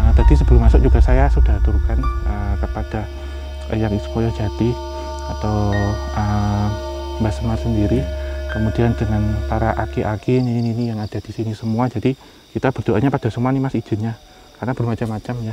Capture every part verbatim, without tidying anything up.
Uh, tadi sebelum masuk juga saya sudah aturkan uh, kepada uh, yang Ismoyo Jati atau uh, Mbak Semar sendiri, kemudian dengan para aki-aki ini, ini yang ada di sini semua. Jadi kita berdoanya pada semua nih Mas izinnya, karena bermacam-macam ya.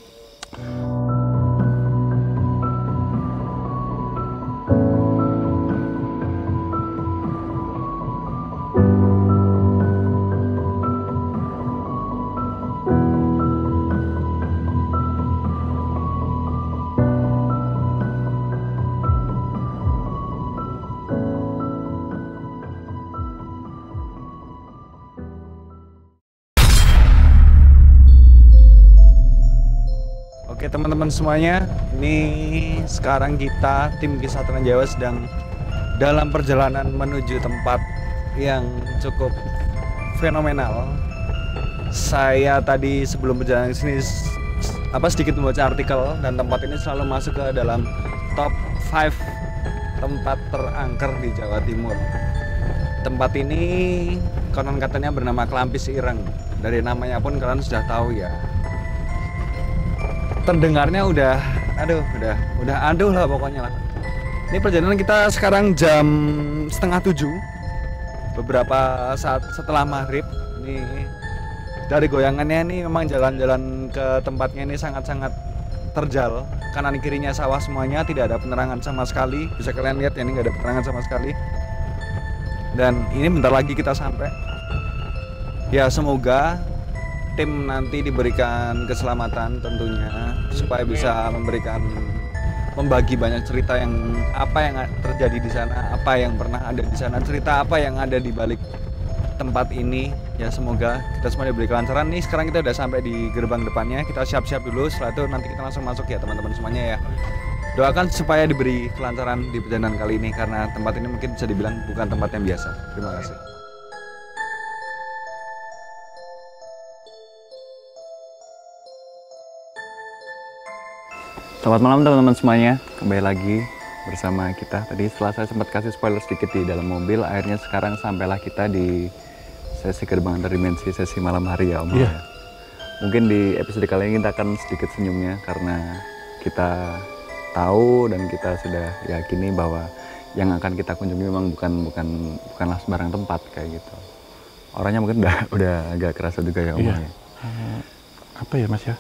Oke teman-teman semuanya, ini sekarang kita tim Kisah Trans-Jawa sedang dalam perjalanan menuju tempat yang cukup fenomenal. Saya tadi sebelum perjalanan ke sini apa sedikit membaca artikel, dan tempat ini selalu masuk ke dalam top lima tempat terangker di Jawa Timur. Tempat ini konon katanya bernama Kelampis Ireng. Dari namanya pun kalian sudah tahu ya. Terdengarnya udah, aduh, udah, udah aduh lah pokoknya lah. Ini perjalanan kita sekarang jam setengah tujuh, beberapa saat setelah maghrib. Ini dari goyangannya ini memang jalan-jalan ke tempatnya ini sangat-sangat terjal. Kanan kirinya sawah semuanya, tidak ada penerangan sama sekali. Bisa kalian lihat ya, ini nggak ada penerangan sama sekali. Dan ini bentar lagi kita sampai. Ya semoga tim nanti diberikan keselamatan tentunya, supaya bisa memberikan membagi banyak cerita yang apa yang terjadi di sana, apa yang pernah ada di sana, cerita apa yang ada di balik tempat ini. Ya semoga kita semua diberi kelancaran. Nih sekarang kita udah sampai di gerbang depannya, kita siap-siap dulu, setelah itu nanti kita langsung masuk ya teman-teman semuanya ya. Doakan supaya diberi kelancaran di perjalanan kali ini, karena tempat ini mungkin bisa dibilang bukan tempat yang biasa. Terima kasih. Selamat malam teman-teman semuanya, kembali lagi bersama kita. Tadi setelah saya sempat kasih spoiler sedikit di dalam mobil, akhirnya sekarang sampailah kita di sesi gerbang antar dimensi, sesi malam hari ya Om. Yeah. Mungkin di episode kali ini kita akan sedikit senyumnya, karena kita tahu dan kita sudah yakini bahwa yang akan kita kunjungi memang bukan bukan bukanlah sembarang tempat kayak gitu. Orangnya mungkin udah udah agak kerasa juga ya Om. Yeah. Ya. Uh, apa ya Mas ya?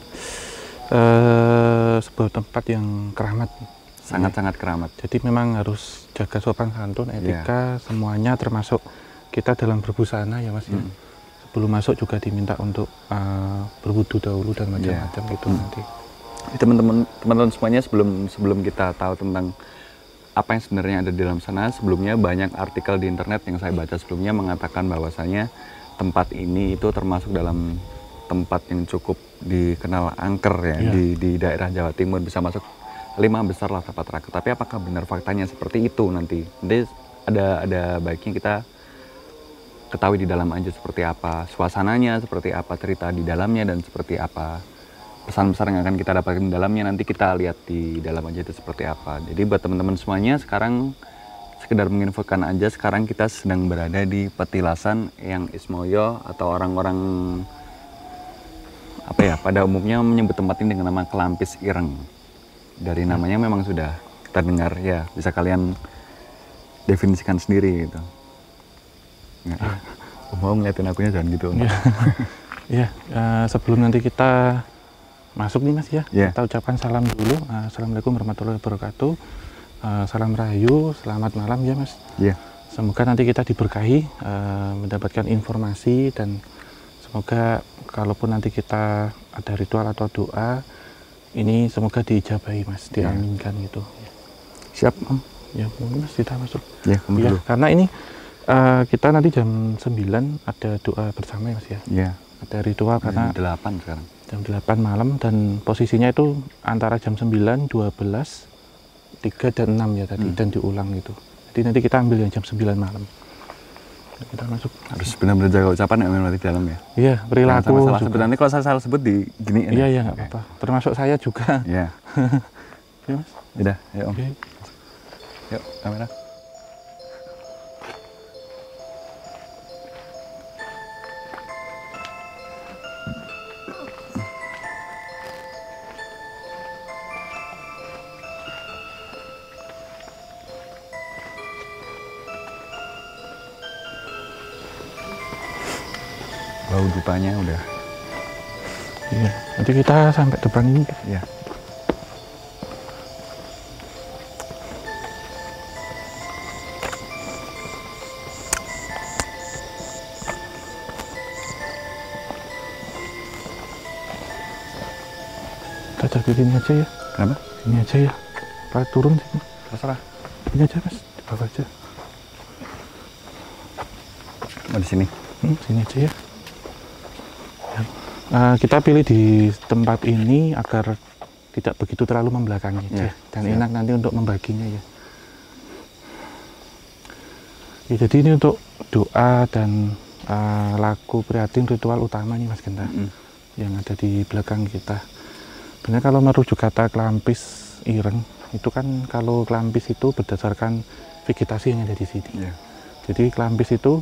Uh, sebuah tempat yang keramat, sangat-sangat keramat. Jadi memang harus jaga sopan santun, etika, yeah. semuanya termasuk kita dalam berbusana ya Mas hmm. ya. Sebelum masuk juga diminta untuk uh, berwudu dahulu dan macam-macam yeah. gitu hmm. nanti. Teman-teman, teman-teman semuanya, sebelum sebelum kita tahu tentang apa yang sebenarnya ada di dalam sana, sebelumnya banyak artikel di internet yang saya baca sebelumnya mengatakan bahwasanya tempat ini itu termasuk dalam tempat yang cukup dikenal angker ya, yeah. di, di daerah Jawa Timur, bisa masuk lima besar lah tempat terakhir. Tapi apakah benar faktanya seperti itu nanti? Nanti ada ada baiknya kita ketahui di dalam aja seperti apa suasananya, seperti apa cerita di dalamnya, dan seperti apa pesan-pesan yang akan kita dapatkan di dalamnya. Nanti kita lihat di dalam aja itu seperti apa. Jadi buat teman-teman semuanya, sekarang sekedar menginfokan aja, sekarang kita sedang berada di petilasan yang Ismoyo atau orang-orang apa ya, pada umumnya menyebut tempat ini dengan nama Kelampis Ireng. Dari namanya memang sudah kita dengar ya, bisa kalian definisikan sendiri gitu. Nah, mau ngeliatin akunya jangan gitu. Iya, ya, uh, sebelum nanti kita masuk nih Mas ya, yeah. kita ucapkan salam dulu. Uh, Assalamualaikum warahmatullahi wabarakatuh. Uh, salam rahayu, selamat malam ya Mas. Iya. Yeah. Semoga nanti kita diberkahi, uh, mendapatkan informasi, dan semoga kalaupun nanti kita ada ritual atau doa, ini semoga diijabahi Mas, diaminkan yeah. gitu. Siap Om. Ya mungkin Mas kita masuk. Ya, kamu ya dulu. Karena ini uh, kita nanti jam sembilan ada doa bersama ya Mas ya. Iya. Ada ritual karena jam delapan sekarang. Jam delapan malam, dan posisinya itu antara jam sembilan, dua belas, tiga dan enam ya tadi, hmm. dan diulang gitu. Jadi nanti kita ambil yang jam sembilan malam. Kita masuk. Harus benar-benar jaga ucapan ya memang di dalam ya. Iya, perilaku salah juga. Sebenarnya kalau saya salah sebut di gini. Iya, iya, nggak okay. apa-apa. Termasuk saya juga. Iya. Ya Mas. Udah, ya Om. Okay. Yuk, kamera. bau dupanya udah. Iya, nanti kita sampai depan ini. Ya. Kita cari ini aja ya. Kenapa? Ini aja ya. Pak turun sini. Terserah. Ini aja mas, di bawah aja. Oh, di sini. Hmm, sini aja ya. Ya. Uh, kita pilih di tempat ini agar tidak begitu terlalu membelakangi Ya, ya, dan siap. enak nanti untuk membaginya ya. Ya, jadi ini untuk doa dan uh, laku prihatin ritual utama nih Mas Genta, Mm. yang ada di belakang kita. Sebenarnya kalau merujuk kata kelampis ireng itu kan, kalau kelampis itu berdasarkan vegetasi yang ada di sini. Ya. Jadi kelampis itu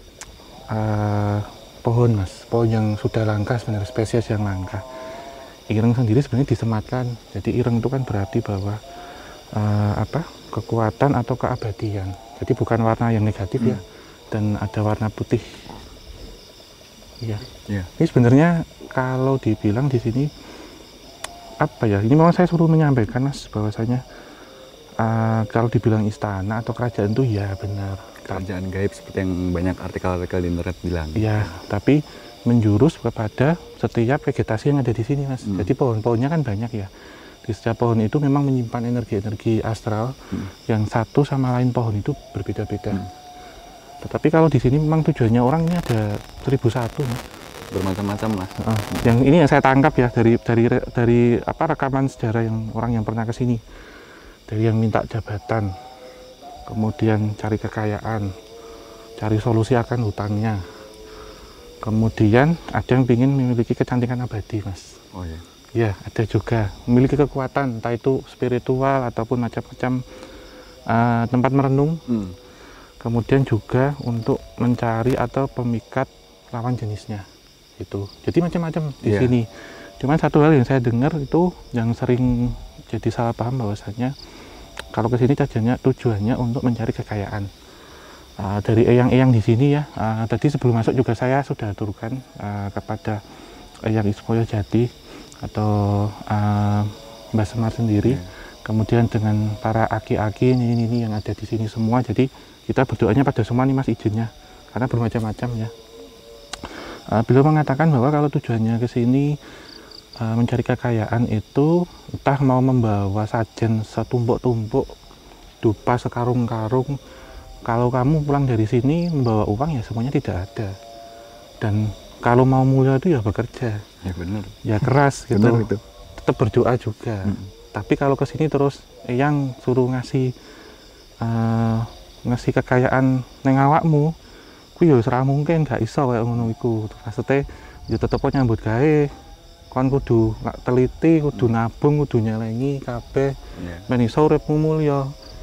uh, pohon mas, pohon yang sudah langka sebenarnya, spesies yang langka. Ireng sendiri sebenarnya disematkan. Jadi ireng itu kan berarti bahwa uh, apa kekuatan atau keabadian. Jadi bukan warna yang negatif Hmm. ya, dan ada warna putih. Iya. Ya. Ini sebenarnya kalau dibilang di sini apa ya? Ini memang saya suruh menyampaikan mas, bahwasanya uh, kalau dibilang istana atau kerajaan itu ya benar. Kerajaan gaib seperti yang banyak artikel-artikel di internet bilang. Ya, tapi menjurus kepada setiap vegetasi yang ada di sini, Mas. Hmm. Jadi pohon-pohonnya kan banyak ya. Di setiap pohon itu memang menyimpan energi-energi astral hmm. yang satu sama lain pohon itu berbeda-beda. Hmm. Tetapi kalau di sini memang tujuannya orang ini ada seribu satu, Mas. Bermacam-macam lah. Uh, yang ini yang saya tangkap ya dari dari dari apa rekaman sejarah yang orang yang pernah ke sini. Dari yang minta jabatan, kemudian cari kekayaan, cari solusi akan hutangnya. Kemudian ada yang ingin memiliki kecantikan abadi, Mas. Oh iya. Ya, ada juga memiliki kekuatan, entah itu spiritual ataupun macam-macam uh, tempat merenung. Hmm. Kemudian juga untuk mencari atau pemikat lawan jenisnya. Itu. Jadi macam-macam di Yeah. sini. Cuman satu hal yang saya dengar itu yang sering jadi salah paham, bahwasanya kalau ke sini tujuannya tujuannya untuk mencari kekayaan. Uh, dari eyang-eyang di sini ya. Uh, tadi sebelum masuk juga saya sudah aturkan uh, kepada Eyang Ispoyo Jati atau uh, Mbah Semar sendiri. Yeah. Kemudian dengan para aki-aki ini, ini yang ada di sini semua. Jadi kita berdoanya pada semua nih Mas, izinnya, karena bermacam-macam ya. Uh, beliau mengatakan bahwa kalau tujuannya ke sini uh, mencari kekayaan itu, entah mau membawa sajen setumpuk-tumpuk, dupa sekarung-karung, kalau kamu pulang dari sini membawa uang ya semuanya tidak ada. Dan kalau mau mulia itu ya bekerja, Ya benar. ya keras gitu, Benar itu. tetap berdoa juga. Hmm. Tapi kalau ke sini terus yang suruh ngasih uh, ngasih kekayaan neng awakmu, ku ya ora mungkin, gak iso kayak ngono iku. Maksudnya ya tetep nyambut gawe, kon kudu teliti, kudu nabung, kudu nyelengi kabeh, Yeah. ben iso uripmu mulya.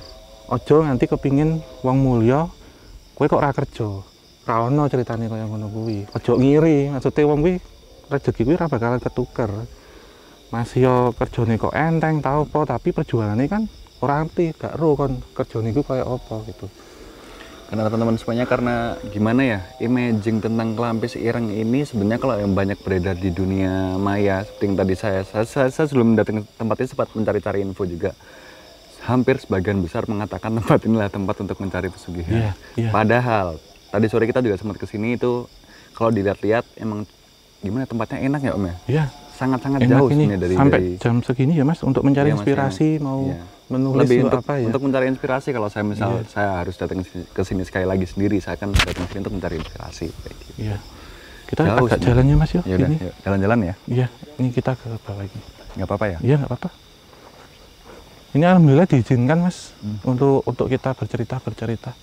Aja nganti kepingin wong mulya kowe kok ora kerja. Ora ono ceritane kaya ngono kuwi. Aja ngiri, maksudnya wong kuwi rezeki kuwi ora bakalan ketuker. Masih yo kerjane kok enteng tau apa, tapi perjuangane kan ora ngerti, gak ero kon kerjane iku kaya apa gitu. Karena teman-teman semuanya, karena gimana ya, imaging tentang kelampis ireng ini sebenarnya kalau yang banyak beredar di dunia maya, seperti yang tadi saya, saya, saya, saya sebelum datang ke tempat ini sempat mencari-cari info juga. Hampir sebagian besar mengatakan tempat inilah tempat untuk mencari pesugihan. Iya, iya. Padahal tadi sore kita juga sempat kesini itu, kalau dilihat-lihat emang gimana tempatnya enak ya Om ya? Iya. Sangat-sangat Enak jauh ini sebenarnya dari sampai dari jam segini ya Mas, untuk mencari Iya, Mas, inspirasi, ya. mau Iya. menulis lebih atau untuk apa ya. untuk mencari inspirasi. Kalau saya misal Iya. saya harus datang ke sini sekali lagi sendiri, saya akan datang ke sini untuk mencari inspirasi kayak gitu. Iya. Kita Jauh agak sebenarnya. jalannya Mas yuk. Ya udah, Ini. yuk, jalan-jalan ya. Iya, ini kita ke bawah lagi. Nggak apa-apa ya? Iya, nggak apa-apa. Ini alhamdulillah diizinkan Mas, Hmm. untuk untuk kita bercerita bercerita.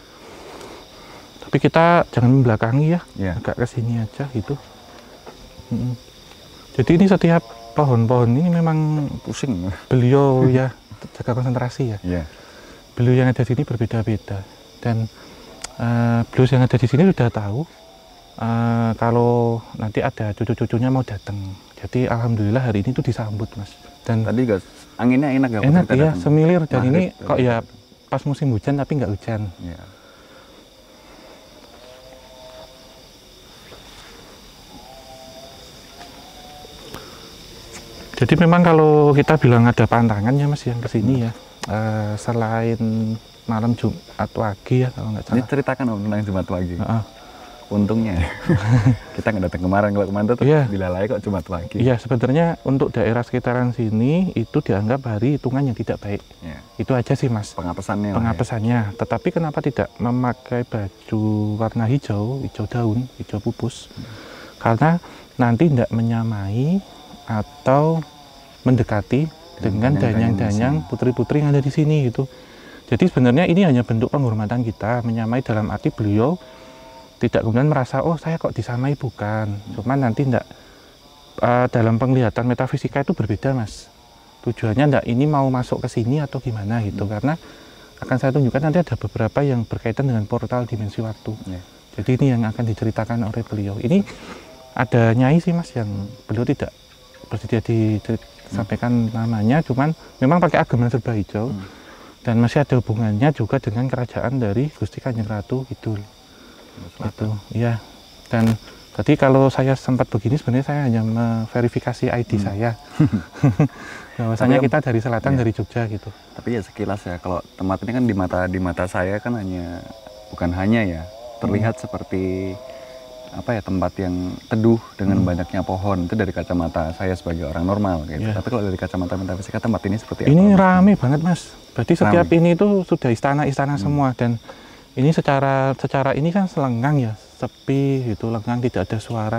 Tapi kita jangan membelakangi ya, Iya. agak ke sini aja gitu. Mm-mm. Jadi ini setiap pohon-pohon ini memang Pusing. beliau ya jaga konsentrasi ya. Iya. Beliau yang ada di sini berbeda-beda, dan uh, beliau yang ada di sini sudah tahu uh, kalau nanti ada cucu-cucunya mau datang. Jadi alhamdulillah hari ini tuh disambut Mas. Dan Tadi guys, anginnya enak ya? enak kita ya, datang? semilir, dan Maghrib ini tuh. kok ya pas musim hujan tapi nggak hujan. Iya. Jadi memang kalau kita bilang ada pantangan ya Mas yang kesini ya, uh, selain malam Jumat Wage ya kalau nggak salah. Ini ceritakan Om tentang Jumat Wage. Uh -uh. Untungnya kita nggak datang kemarin, kalau kemarin tuh yeah. dilalai kok Jumat Wage. Iya, sebenarnya untuk daerah sekitaran sini itu dianggap hari hitungan yang tidak baik. Yeah. Itu aja sih Mas. Pengapesannya. Pengapesannya. Ya. Tetapi kenapa tidak memakai baju warna hijau, hijau daun, hijau pupus? Hmm. Karena nanti tidak menyamai atau mendekati dengan danyang-danyang putri-putri yang ada di sini gitu. Jadi sebenarnya ini hanya bentuk penghormatan kita, menyamai dalam arti beliau tidak kemudian merasa, oh saya kok disamai, bukan. Cuman nanti enggak, uh, dalam penglihatan metafisika itu berbeda Mas. Tujuannya enggak ini mau masuk ke sini atau gimana gitu. Hmm. Karena akan saya tunjukkan nanti ada beberapa yang berkaitan dengan portal dimensi waktu. Yeah. Jadi ini yang akan diceritakan oleh beliau. Ini ada nyai sih Mas yang beliau tidak bersedia disampaikan hmm. namanya, cuman memang pakai ageman serba hijau. Hmm. Dan masih ada hubungannya juga dengan kerajaan dari Gusti Kanjeng Ratu Kidul. Itu, ya. Dan tadi kalau saya sempat begini sebenarnya saya hanya memverifikasi I D hmm. saya. Bahwasanya kita dari selatan, ya. Dari Jogja gitu. Tapi ya sekilas ya, kalau tempat ini kan di mata di mata saya kan hanya, bukan hanya ya, terlihat hmm. seperti apa ya, tempat yang teduh dengan hmm. banyaknya pohon. Itu dari kacamata saya sebagai orang normal gitu. Ya. Tapi kalau dari kacamata metafisika tempat ini seperti ini apa? Ini rame gitu? Banget Mas. Berarti setiap rame. Ini itu sudah istana-istana hmm. semua, dan ini secara secara ini kan selenggang ya, sepi gitu, lengang, tidak ada suara.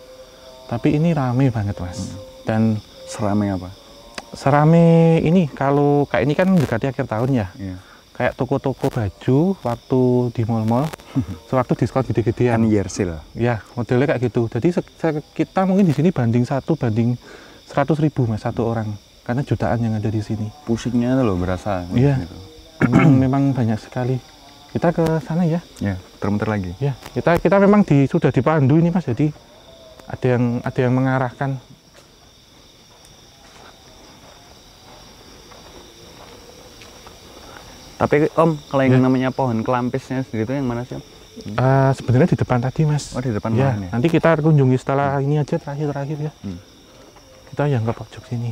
Tapi ini rame banget Mas. Hmm. Dan serame apa? Serame ini kalau kayak ini kan mendekati akhir tahun ya. Yeah. Kayak toko-toko baju waktu di mall-mall, sewaktu diskon gede-gedean. Kan year sale. Ya, modelnya kayak gitu. Jadi kita mungkin di sini banding satu banding seratus ribu Mas satu orang, karena jutaan yang ada di sini. Pusingnya tuh loh berasa. Iya. Gitu. Memang, memang banyak sekali. Kita ke sana ya. Ya, muter-muter lagi. Ya, kita kita memang di sudah dipandu ini Mas. Jadi ada yang ada yang mengarahkan. Tapi Om, kalau yang ya. namanya pohon kelampisnya sendiri itu yang mana sih Om? Uh, sebenarnya di depan tadi Mas. Oh, di depan ya. ya. Nanti kita kunjungi setelah hmm. ini aja terakhir-terakhir ya. Hmm. Kita yang ke pojok sini.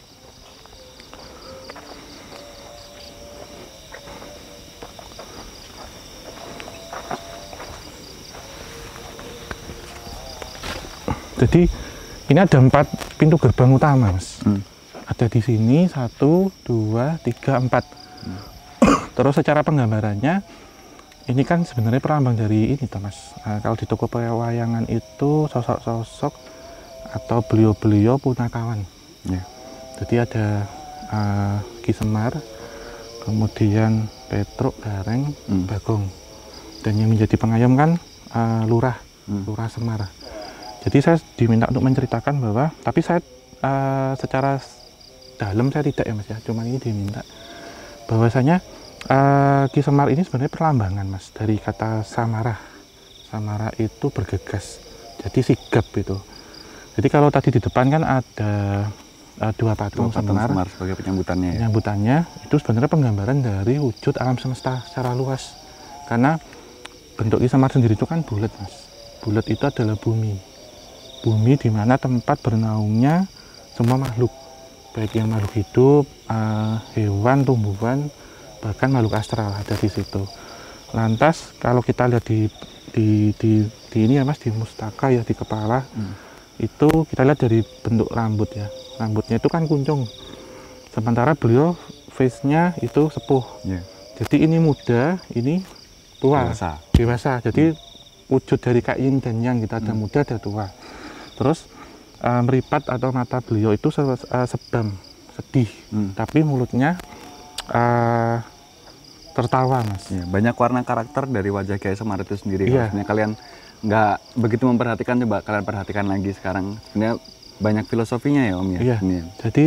Jadi ini ada empat pintu gerbang utama Mas. Hmm. Ada di sini satu, dua, tiga, empat. Hmm. Terus secara penggambarannya ini kan sebenarnya perambang dari ini toh Mas. Nah, kalau di toko pewayangan itu sosok-sosok atau beliau-beliau punakawan. Yeah. Jadi ada uh, Ki Semar, kemudian Petruk, Gareng, hmm. Bagong. Dan yang menjadi pengayom kan uh, Lurah, hmm. Lurah Semar. Jadi saya diminta untuk menceritakan bahwa, tapi saya uh, secara dalam saya tidak ya Mas ya, cuma ini diminta bahwasanya uh, Ki Semar ini sebenarnya perlambangan Mas dari kata Samara. Samara itu bergegas, jadi sigap itu. Jadi kalau tadi di depan kan ada uh, dua patung, dua patung Semar, Semar sebagai penyambutannya. Ya? Penyambutannya itu sebenarnya penggambaran dari wujud alam semesta secara luas. Karena bentuk Ki Semar sendiri itu kan bulat Mas. Bulat itu adalah bumi. Bumi di mana tempat bernaungnya semua makhluk, baik yang makhluk hidup, uh, hewan, tumbuhan, bahkan makhluk astral ada di situ. Lantas kalau kita lihat di di di, di ini ya Mas, di mustaka ya, di kepala, hmm. itu kita lihat dari bentuk rambut ya, rambutnya itu kan kuncung, sementara beliau face-nya itu sepuh. Yeah. Jadi ini muda, ini tua, dewasa. dewasa. Jadi hmm. wujud dari Kak Yin dan Yang, kita ada hmm. muda, ada tua. Terus uh, meripat atau mata beliau itu se uh, sebam, sedih, hmm. tapi mulutnya uh, tertawa Mas. Ya, banyak warna karakter dari wajah Kiai Semar itu sendiri. Iya. Maksudnya kalian nggak begitu memperhatikan, coba kalian perhatikan lagi sekarang. Sebenarnya banyak filosofinya ya Om ya. Iya. Ini. Jadi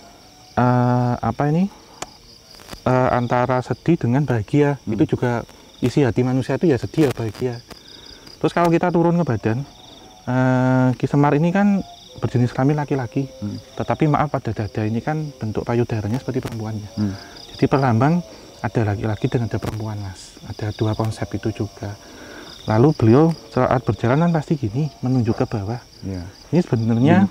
uh, apa ini uh, antara sedih dengan bahagia, hmm. itu juga isi hati manusia itu ya sedih ya bahagia. Terus kalau kita turun ke badan, Uh, Ki Semar ini kan berjenis kelamin laki-laki, hmm. tetapi maaf pada dada ini kan bentuk payudaranya seperti perempuannya. Hmm. Jadi perlambang ada laki-laki dan ada perempuan Mas. Ada dua konsep itu juga. Lalu beliau saat berjalan kan pasti gini, menunjuk ke bawah. Yeah. Ini sebenarnya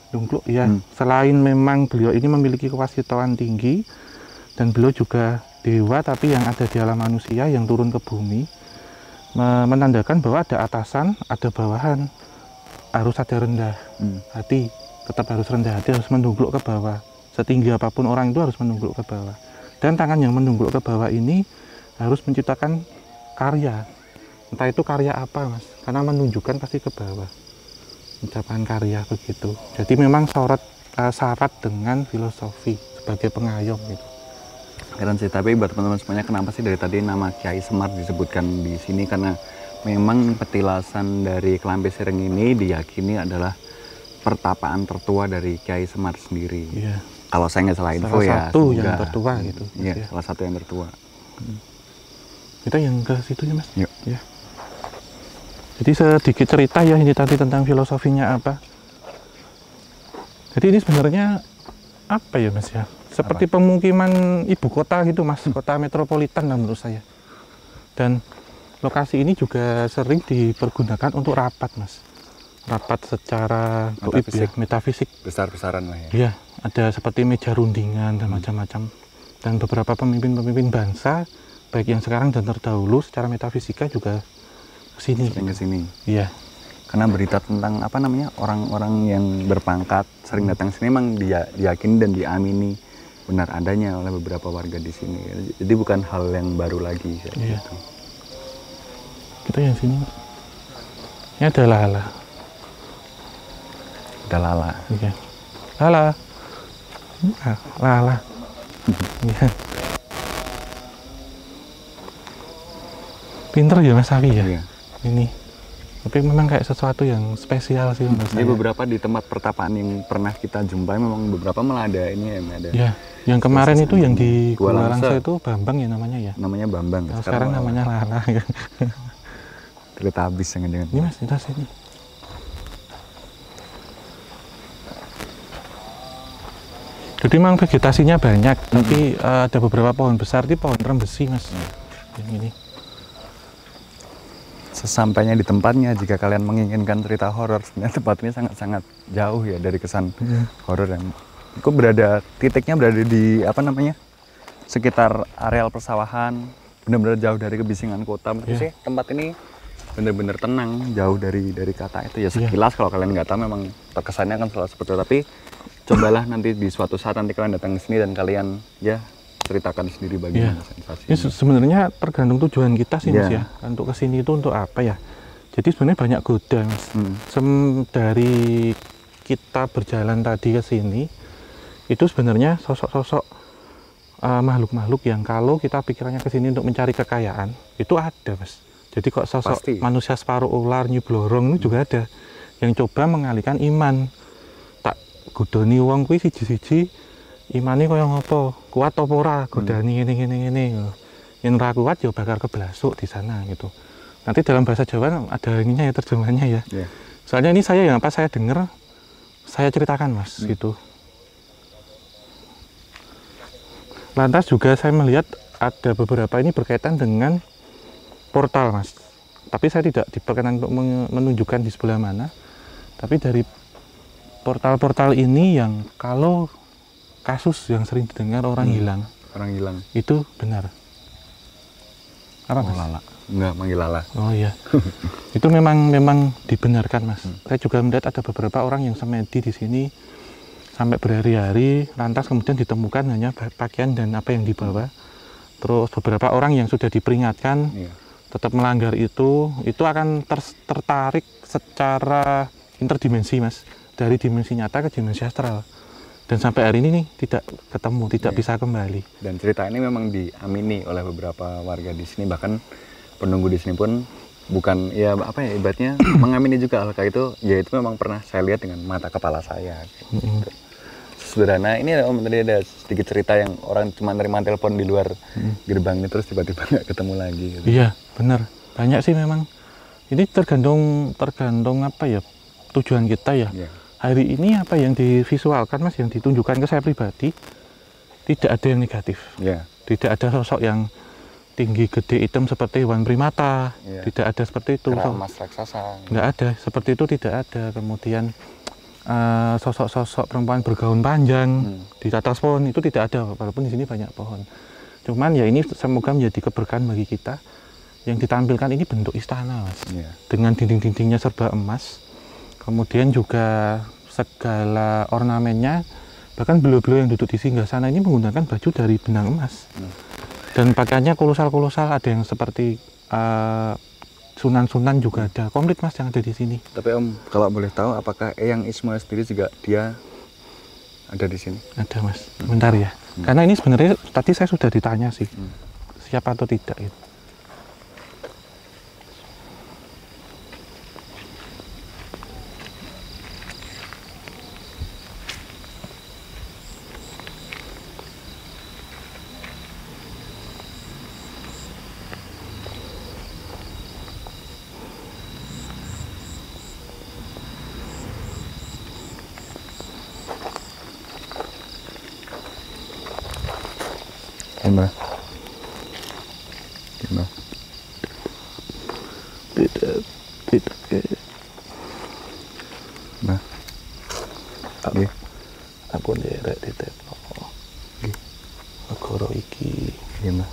Dungkluk ya. Hmm. Selain memang beliau ini memiliki kewasitauan tinggi dan beliau juga dewa, tapi yang ada di alam manusia yang turun ke bumi, menandakan bahwa ada atasan, ada bawahan, harus ada rendah Hmm. hati, tetap harus rendah hati, harus mendungkluk ke bawah. Setinggi apapun orang itu harus mendungkluk ke bawah. Dan tangan yang mendungkluk ke bawah ini harus menciptakan karya. Entah itu karya apa, Mas, karena menunjukkan pasti ke bawah. Menciptakan karya begitu. Jadi memang syarat uh, syarat dengan filosofi sebagai pengayom gitu. Keren sih, tapi buat teman-teman semuanya, kenapa sih dari tadi nama Kiai Semar disebutkan di sini? Karena memang petilasan dari Kelampi Sireng ini diyakini adalah pertapaan tertua dari Kiai Semar sendiri. Iya. Kalau saya nggak salah info Salah ya. satu yang semoga. tertua gitu. Iya, Ya. salah satu yang tertua. Kita yang ke situ ya, Mas. Yuk. Ya. Jadi sedikit cerita ya ini tadi tentang filosofinya apa. Jadi ini sebenarnya apa ya, Mas ya? Seperti apa? Pemukiman ibu kota gitu, Mas, kota metropolitan lah menurut saya. Dan lokasi ini juga sering dipergunakan untuk rapat, Mas. Rapat secara goib ya, metafisik. Besar-besaran lah ya. Iya, ada seperti meja rundingan dan macam-macam. Dan beberapa pemimpin-pemimpin bangsa, baik yang sekarang dan terdahulu, secara metafisika juga kesini. Sering kesini. Iya. Karena berita tentang apa namanya orang-orang yang berpangkat sering datang sini memang dia diyakini dan diamini benar adanya oleh beberapa warga di sini. Jadi bukan hal yang baru lagi kayak Iya. gitu. Kita yang sini. Ini ada lala. Ada lala. Iya. Lala. Ah, lala. Iya. Pinter ya Mas Safi ya. Iya. Ini. Tapi memang kayak sesuatu yang spesial sih menurut Jadi saya. beberapa di tempat pertapaan yang pernah kita jumpai memang beberapa malah ada ini ya, ada. Ya, yang kemarin itu yang di Gua Gua Langsa. Langsa itu Bambang ya namanya ya. Namanya Bambang. Kalau sekarang namanya Lala ya. Kereta habis jangan-jangan. Ini Mas, kita sini. Jadi memang vegetasinya banyak, tapi uh, ada beberapa pohon besar, di pohon rembesi Mas. Yang ini. Sesampainya di tempatnya, jika kalian menginginkan cerita horor, sebenarnya tempat ini sangat-sangat jauh ya dari kesan Iya. horor. Dan aku berada, titiknya berada di apa namanya, sekitar areal persawahan, benar-benar jauh dari kebisingan kota. Menurut Iya. sih tempat ini benar-benar tenang, jauh dari dari kata itu ya. Iya. Sekilas kalau kalian nggak tahu memang terkesannya kan selalu seperti itu. Tapi cobalah nanti di suatu saat nanti kalian datang ke sini dan kalian ya ceritakan sendiri bagaimana Iya. sensasinya. Ini se- sebenarnya tergantung tujuan kita sih Mas Iya. ya. Untuk kesini itu untuk apa ya? Jadi sebenarnya banyak goda Mas. Hmm. Sem- dari kita berjalan tadi ke sini, itu sebenarnya sosok-sosok uh, makhluk-makhluk yang kalau kita pikirannya ke sini untuk mencari kekayaan, itu ada Mas. Jadi kok sosok Pasti. manusia separuh ular, Nyi Blorong itu juga ada yang coba mengalihkan iman. Tak godoni wong kuwi siji-siji imane kaya ngopo? Kuat apa ora? Godani ngene ngene ngene. Yen ora kuat ya bakal keblasuk di sana gitu. Nanti dalam bahasa Jawa ada ininya ya terjemahannya ya. Iya. Soalnya ini saya yang apa saya dengar saya ceritakan Mas Hmm. gitu. Lantas juga saya melihat ada beberapa ini berkaitan dengan portal Mas. Tapi saya tidak diperkenan untuk men- menunjukkan di sebelah mana. Tapi dari portal-portal ini yang kalau kasus yang sering didengar orang Hmm. hilang Orang hilang. itu benar. Apa Oh, Mas? lala. Enggak, manggil lala. Oh iya. Itu memang memang dibenarkan Mas. Hmm. Saya juga melihat ada beberapa orang yang semedi di sini sampai berhari-hari, lantas kemudian ditemukan hanya pa- pakaian dan apa yang dibawa. Terus beberapa orang yang sudah diperingatkan Iya. tetap melanggar itu, itu akan ter- tertarik secara interdimensi Mas, dari dimensi nyata ke dimensi astral. Dan sampai hari ini nih tidak ketemu, tidak Iya. bisa kembali. Dan cerita ini memang diamini oleh beberapa warga di sini, bahkan penunggu di sini pun bukan ya apa ya ibaratnya mengamini juga hal kayak itu. Ya itu memang pernah saya lihat dengan mata kepala saya. Mm-mm. Sederhana ini Om, tadi ada sedikit cerita yang orang cuma nerima telepon di luar Mm. gerbang ini terus tiba-tiba nggak ketemu lagi. Gitu. Iya, benar. Banyak sih memang. Ini tergantung tergantung apa ya tujuan kita ya. Iya. Hari ini apa yang divisualkan Mas, yang ditunjukkan ke saya pribadi tidak ada yang negatif. Iya. Tidak ada sosok yang tinggi gede hitam seperti hewan primata. Iya. Tidak ada seperti itu. Keramas raksasa. Nggak ada, seperti itu tidak ada. Kemudian uh, sosok-sosok perempuan bergaun panjang Hmm. di atas pohon itu tidak ada, walaupun di sini banyak pohon. Cuman ya ini semoga menjadi keberkahan bagi kita. Yang ditampilkan ini bentuk istana, Mas. Yeah. Dengan dinding-dindingnya serba emas. Kemudian juga segala ornamennya, bahkan beliau-beliau yang duduk di singgah sana ini menggunakan baju dari benang emas. Hmm. Dan pakaiannya kolosal-kolosal, ada yang seperti uh, sunan-sunan juga ada. Komplit, Mas, yang ada di sini. Tapi Om, kalau boleh tahu, apakah Eyang Ismail sendiri juga dia ada di sini? Ada, Mas. Bentar ya. Hmm. Karena ini sebenarnya tadi saya sudah ditanya sih, hmm. siapa atau tidak gitu. Gimana? Gimana? Tidak, tidak kayak. Nah, aku, aku nderek di teko. Negara iki. Gimana?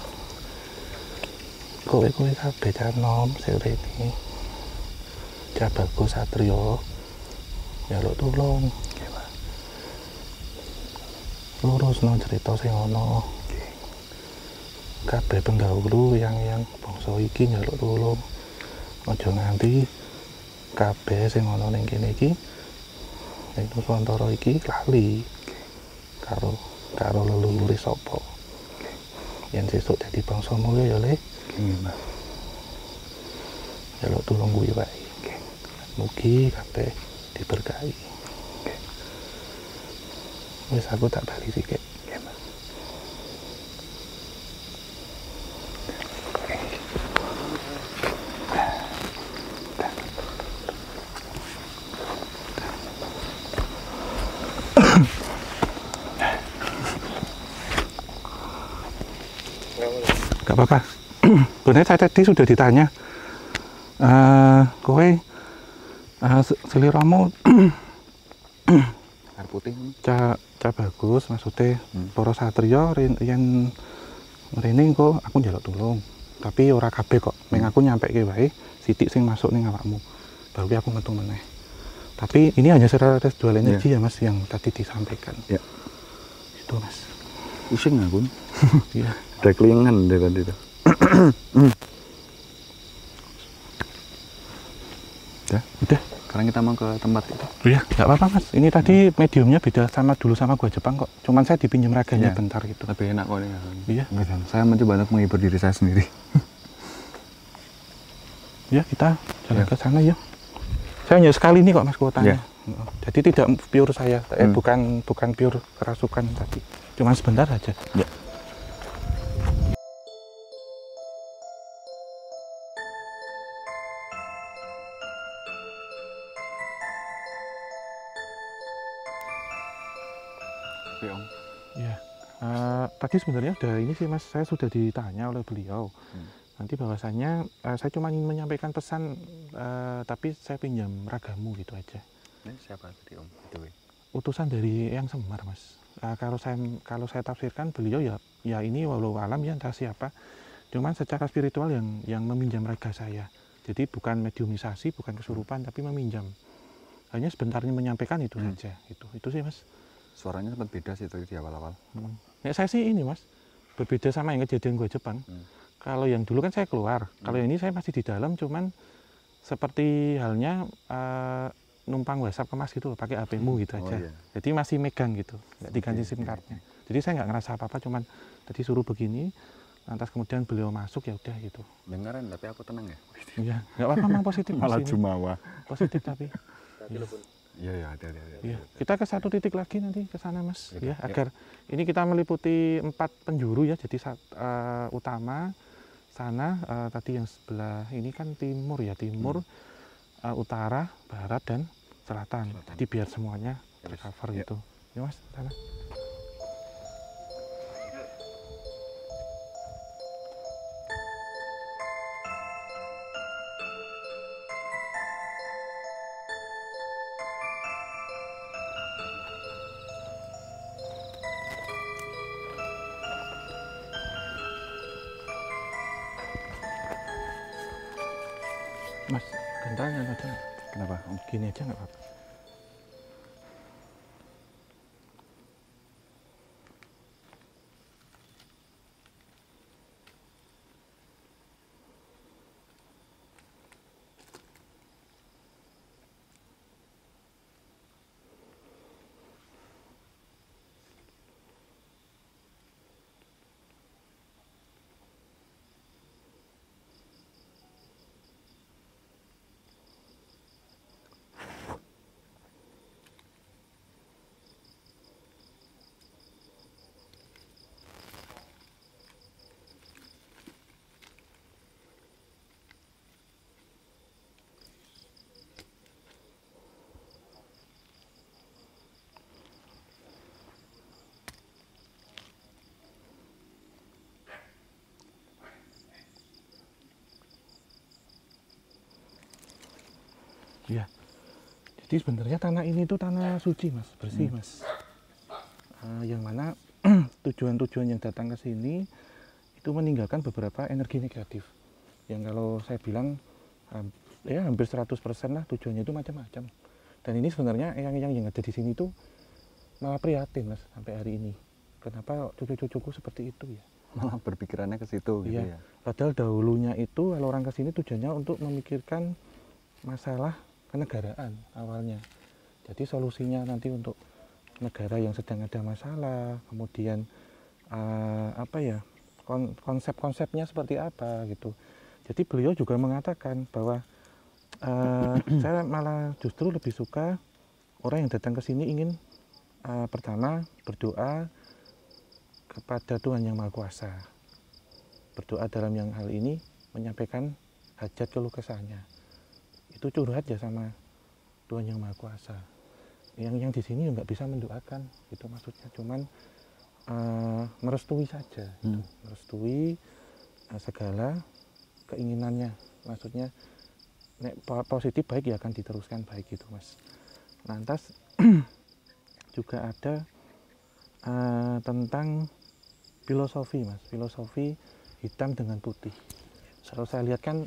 Kowe kowe kabeh canom sing rene. Cah Bagus Satrio. Njaluk tulung. Gimana? Lurusno cerita sing ana. Kabeh pendahulu yang yang bangsa iki njaluk tulung. Aja nganti kabeh sing ana ning kene iki ning Nusantara iki lali karo karo leluhur sapa. Yen sesuk dadi bangsa mulya ya Le. Nggih, Mas. Njaluk tulung kuwi wae. Mugi kabeh diberkahi. Wis aku tak bali sithik. Gak apa-apa. Sebenarnya saya tadi sudah ditanya, uh, kowe uh, seliramu air putih cah cah Bagus, maksudnya hmm. para satria yang mrene kok aku njaluk tulung. Tapi ora kabeh kok. Meng aku nyampeke wae sithik sing masuk ning awakmu. Baru aku metu meneh. Tapi ini hanya secara residual energi yeah. ya Mas yang tadi disampaikan. Ya. Yeah. Itu Mas. Pusing aku. Iya. Udah kelingan deh tadi tuh. Udah? Udah. Sekarang kita mau ke tempat itu. Iya, nggak apa-apa Mas. Ini tadi mediumnya beda sama dulu sama gua Jepang kok. Cuman saya dipinjam raganya ya, bentar gitu. Lebih enak kok ini. Iya. Saya mencoba untuk menghibur diri saya sendiri. Ya, kita jalan ya. ke sana yuk. Saya hanya sekali nih kok Mas kuotanya. Ya. Jadi tidak pure saya, eh, hmm. bukan bukan pure kerasukan tadi. Cuman sebentar aja. Ya. Om. Ya, uh, tadi sebenarnya udah ini sih Mas, saya sudah ditanya oleh beliau. Hmm. Nanti bahwasannya uh, saya cuma ingin menyampaikan pesan, uh, tapi saya pinjam ragamu gitu aja. Ini siapa tadi Om? Itu utusan dari Eyang Semar Mas. Uh, kalau saya kalau saya tafsirkan beliau ya, ya ini walau alam ya entah siapa. Cuman secara spiritual yang yang meminjam raga saya. Jadi bukan mediumisasi, bukan kesurupan, tapi meminjam. Hanya sebentarnya menyampaikan itu hmm. saja. Itu itu sih Mas. Suaranya sempat beda sih tadi di awal-awal. Hmm. Ya saya sih ini Mas, berbeda sama yang kejadian gua Jepang. Hmm. Kalau yang dulu kan saya keluar, hmm. kalau ini saya masih di dalam, cuman seperti halnya uh, numpang WhatsApp ke Mas gitu, pakai H P-mu gitu aja. Oh, iya. Jadi masih megang gitu, nggak diganti SIM cardnya. Jadi saya nggak ngerasa apa-apa, cuman tadi suruh begini, lantas kemudian beliau masuk ya udah gitu. Dengaran, tapi aku tenang ya. Iya, nggak apa-apa, memang positif. Malah jumawa. Positif tapi. Iya ya, ada ada. Ya, kita ke satu titik lagi nanti ke sana Mas, gitu, ya, ya. Agar ini kita meliputi empat penjuru ya, jadi saat, uh, utama sana uh, tadi yang sebelah ini kan timur ya, timur, hmm. uh, utara, barat dan selatan. selatan. Jadi biar semuanya tercover ya. Gitu. Ya Mas, sana. Mas, gentanya aja nggak? Kenapa? Gini aja nggak apa-apa. Ya, jadi sebenarnya tanah ini tuh tanah suci mas, bersih hmm. mas. Uh, yang mana tujuan-tujuan yang datang ke sini itu meninggalkan beberapa energi negatif. Yang kalau saya bilang um, ya hampir seratus persen lah tujuannya itu macam-macam. Dan ini sebenarnya yang yang yang ada di sini tuh malah prihatin mas sampai hari ini. Kenapa cucu-cucuku seperti itu ya? Malah berpikirannya ke situ gitu ya. ya. Padahal dahulunya itu kalau orang ke sini tujuannya untuk memikirkan masalah kenegaraan awalnya. Jadi solusinya nanti untuk negara yang sedang ada masalah, kemudian uh, apa ya kon konsep-konsepnya seperti apa gitu. Jadi beliau juga mengatakan bahwa uh, saya malah justru lebih suka orang yang datang ke sini ingin uh, pertama berdoa kepada Tuhan Yang Maha Kuasa. Berdoa dalam yang hal ini menyampaikan hajat keluh kesahnya. Itu curhat ya sama Tuhan Yang Maha Kuasa. Yang yang di sini nggak bisa mendoakan, itu maksudnya cuman uh, merestui saja, hmm. gitu. Merestui uh, segala keinginannya. Maksudnya nek positif baik ya akan diteruskan baik gitu mas. Lantas juga ada uh, tentang filosofi mas, filosofi hitam dengan putih. Kalau saya lihat kan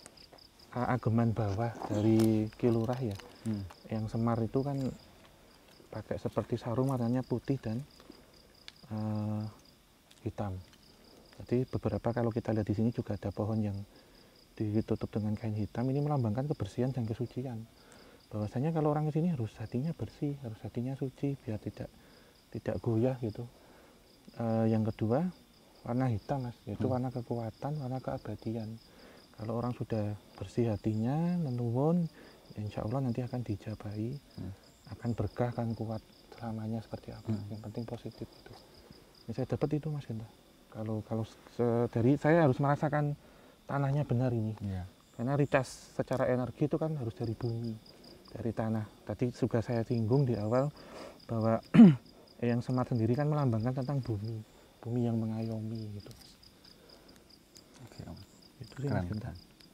ageman bawah dari Kilurah ya, hmm. yang Semar itu kan pakai seperti sarung warnanya putih dan uh, hitam. Jadi beberapa kalau kita lihat di sini juga ada pohon yang ditutup dengan kain hitam. Ini melambangkan kebersihan dan kesucian. Bahwasanya kalau orang ke sini harus hatinya bersih, harus hatinya suci biar tidak tidak goyah gitu. Uh, yang kedua warna hitam mas, yaitu hmm. warna kekuatan, warna keabadian. Kalau orang sudah bersih hatinya, menuwun, ya insya Allah nanti akan dijabahi, hmm. akan berkah, akan kuat selamanya seperti apa. Hmm. Yang penting positif itu. Ini saya dapat itu mas Genta. Kalau kalau dari saya harus merasakan tanahnya benar ini, yeah. Karena recharge secara energi itu kan harus dari bumi, dari tanah. Tadi juga saya singgung di awal bahwa yang Semar sendiri kan melambangkan tentang bumi, bumi yang mengayomi gitu. Oke, Om. Itu sih mas Genta.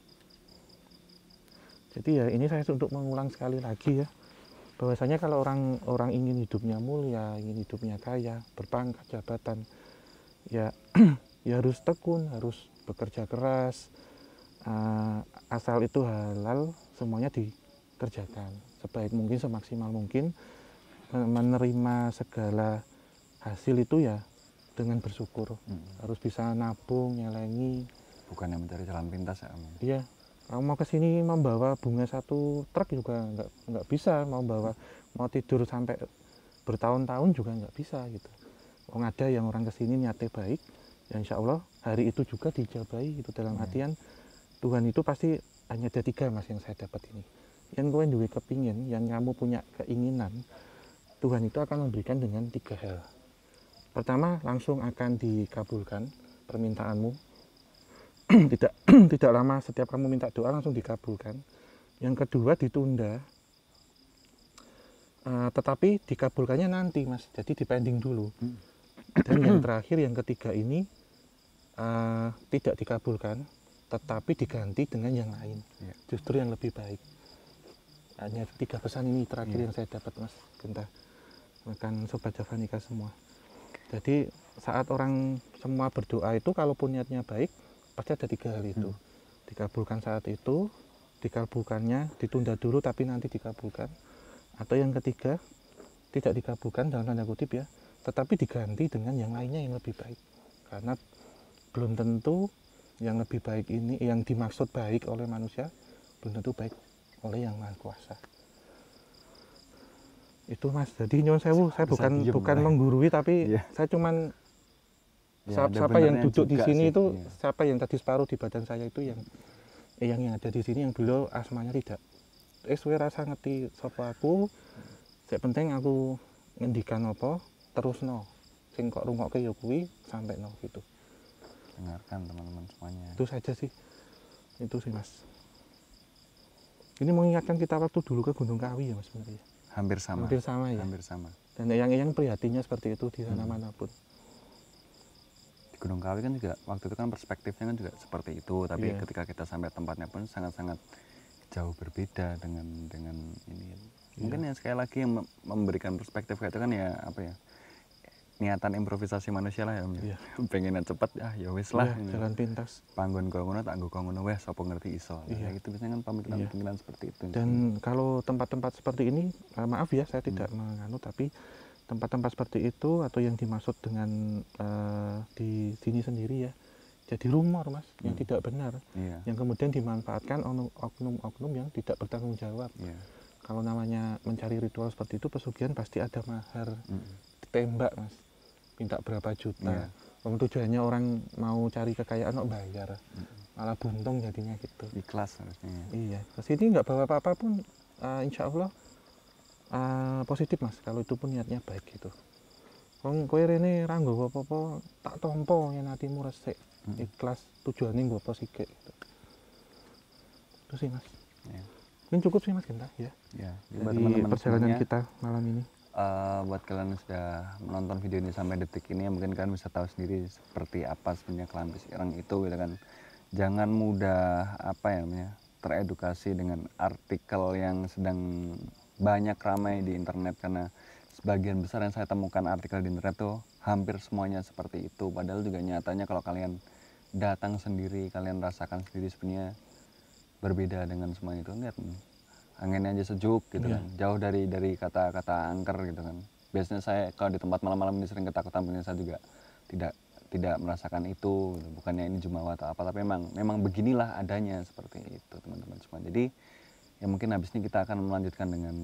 Jadi ya ini saya untuk mengulang sekali lagi ya, bahwasanya kalau orang orang ingin hidupnya mulia, ingin hidupnya kaya, berpangkat jabatan, ya ya harus tekun, harus bekerja keras, uh, asal itu halal semuanya dikerjakan sebaik mungkin, semaksimal mungkin, menerima segala hasil itu ya dengan bersyukur, hmm. harus bisa nabung, nyelengi, bukan yang mencari jalan pintas ya. Iya, kalau mau ke sini membawa bunga satu truk juga nggak nggak bisa, mau bawa mau tidur sampai bertahun-tahun juga nggak bisa gitu. Oh ada yang orang ke sini niatnya baik, ya insya Allah hari itu juga dijabahi gitu, dalam hmm. artian Tuhan itu pasti hanya ada tiga mas yang saya dapat ini. Yang kalian duwe kepingin, yang kamu punya keinginan, Tuhan itu akan memberikan dengan tiga hal. Pertama, langsung akan dikabulkan permintaanmu. tidak tidak lama setiap kamu minta doa langsung dikabulkan. Yang kedua ditunda, uh, tetapi dikabulkannya nanti mas, jadi dipending dulu. Dan yang terakhir yang ketiga ini uh, tidak dikabulkan, tetapi diganti dengan yang lain, ya. Justru yang lebih baik. Hanya tiga pesan ini terakhir ya. Yang saya dapat mas Genta, makan sobat Javanica semua. Jadi saat orang semua berdoa itu, kalaupun niatnya baik, pasti ada tiga hal itu. Hmm. Dikabulkan saat itu, dikabulkannya ditunda dulu tapi nanti dikabulkan, atau yang ketiga tidak dikabulkan dalam tanda kutip ya, tetapi diganti dengan yang lainnya yang lebih baik, karena belum tentu yang lebih baik ini, yang dimaksud baik oleh manusia belum tentu baik oleh yang maha kuasa. Itu Mas, jadi nyuwun sewu, saya Bisa bukan diem, bukan lah. menggurui tapi Iya. saya cuman Ya, siapa, ada siapa yang benernya duduk di juga sini sih, itu iya. siapa yang tadi separuh di badan saya itu yang eh, yang, yang ada di sini yang beliau asmanya tidak. Eh suwe rasa ngerti sapa aku. Sing penting aku ngendikan apa terus no. Sing kok rungokke ya kuwi sampai no gitu. Dengarkan teman-teman semuanya. Itu saja sih. Itu sih Mas. Ini mengingatkan kita waktu dulu ke Gunung Kawi ya Mas sebenarnya. Hampir sama. Hampir sama ya. Hampir sama. Dan yang yang prihatinnya seperti itu di sana Hmm. manapun. Di Gunung Kawi kan juga waktu itu kan perspektifnya kan juga seperti itu, tapi Iya. ketika kita sampai tempatnya pun sangat-sangat jauh berbeda dengan dengan ini. Mungkin ya sekali lagi yang mem- memberikan perspektif kayak itu kan ya apa ya, niatan improvisasi manusia lah ya Om. Iya. Pengenan cepet ah ya wis lah. Iya, ini. jalan pintas. Panggon kau ngono tak nggo kau ngono wes sapa ngerti iso. Nah, Iya. kayak gitu biasanya kan pemikiran-pemikiran seperti itu. Dan kalau tempat-tempat seperti ini, eh, maaf ya saya tidak menganut, tapi tempat-tempat seperti itu atau yang dimaksud dengan eh, di sini sendiri ya, jadi rumor Mas, yang Hmm. tidak benar, Iya. yang kemudian dimanfaatkan onu- oknum-oknum yang tidak bertanggung jawab. Iya. Kalau namanya mencari ritual seperti itu, pesugihan pasti ada mahar, Mm. ditembak Mas, minta berapa juta. Iya. Om tujuannya orang mau cari kekayaan, kok bayar, malah buntung jadinya gitu. Ikhlas harusnya. Iya, ke sini nggak bawa apa-apa pun, eh, insya Allah eh, positif Mas, kalau itu pun niatnya baik gitu. Wong kowe rene ra nggawa apa-apa, tak tampa yen atimu resik, Mm. ikhlas, tujuane nggo apa sithik gitu. Itu sih Mas. Ya. Ini cukup sih Mas Genta ya. Ya. Jadi buat Dari teman-teman perjalanan semuanya, kita malam ini. eh, buat kalian yang sudah menonton video ini sampai detik ini, ya mungkin kalian bisa tahu sendiri seperti apa sebenarnya Kelampis Ireng itu gitu kan. Jangan mudah apa ya namanya teredukasi dengan artikel yang sedang banyak ramai di internet, karena sebagian besar yang saya temukan artikel di internet tuh hampir semuanya seperti itu, padahal juga nyatanya kalau kalian datang sendiri, kalian rasakan sendiri sebenarnya berbeda dengan semua itu. Lihat nih, anginnya aja sejuk gitu Iya. kan, jauh dari dari kata-kata angker gitu kan. Biasanya saya kalau di tempat malam-malam ini sering ketakutan, punya saya juga tidak tidak merasakan itu gitu. Bukannya ini jumawa atau apa, tapi memang memang beginilah adanya seperti itu teman-teman semua. Jadi ya mungkin habis ini kita akan melanjutkan dengan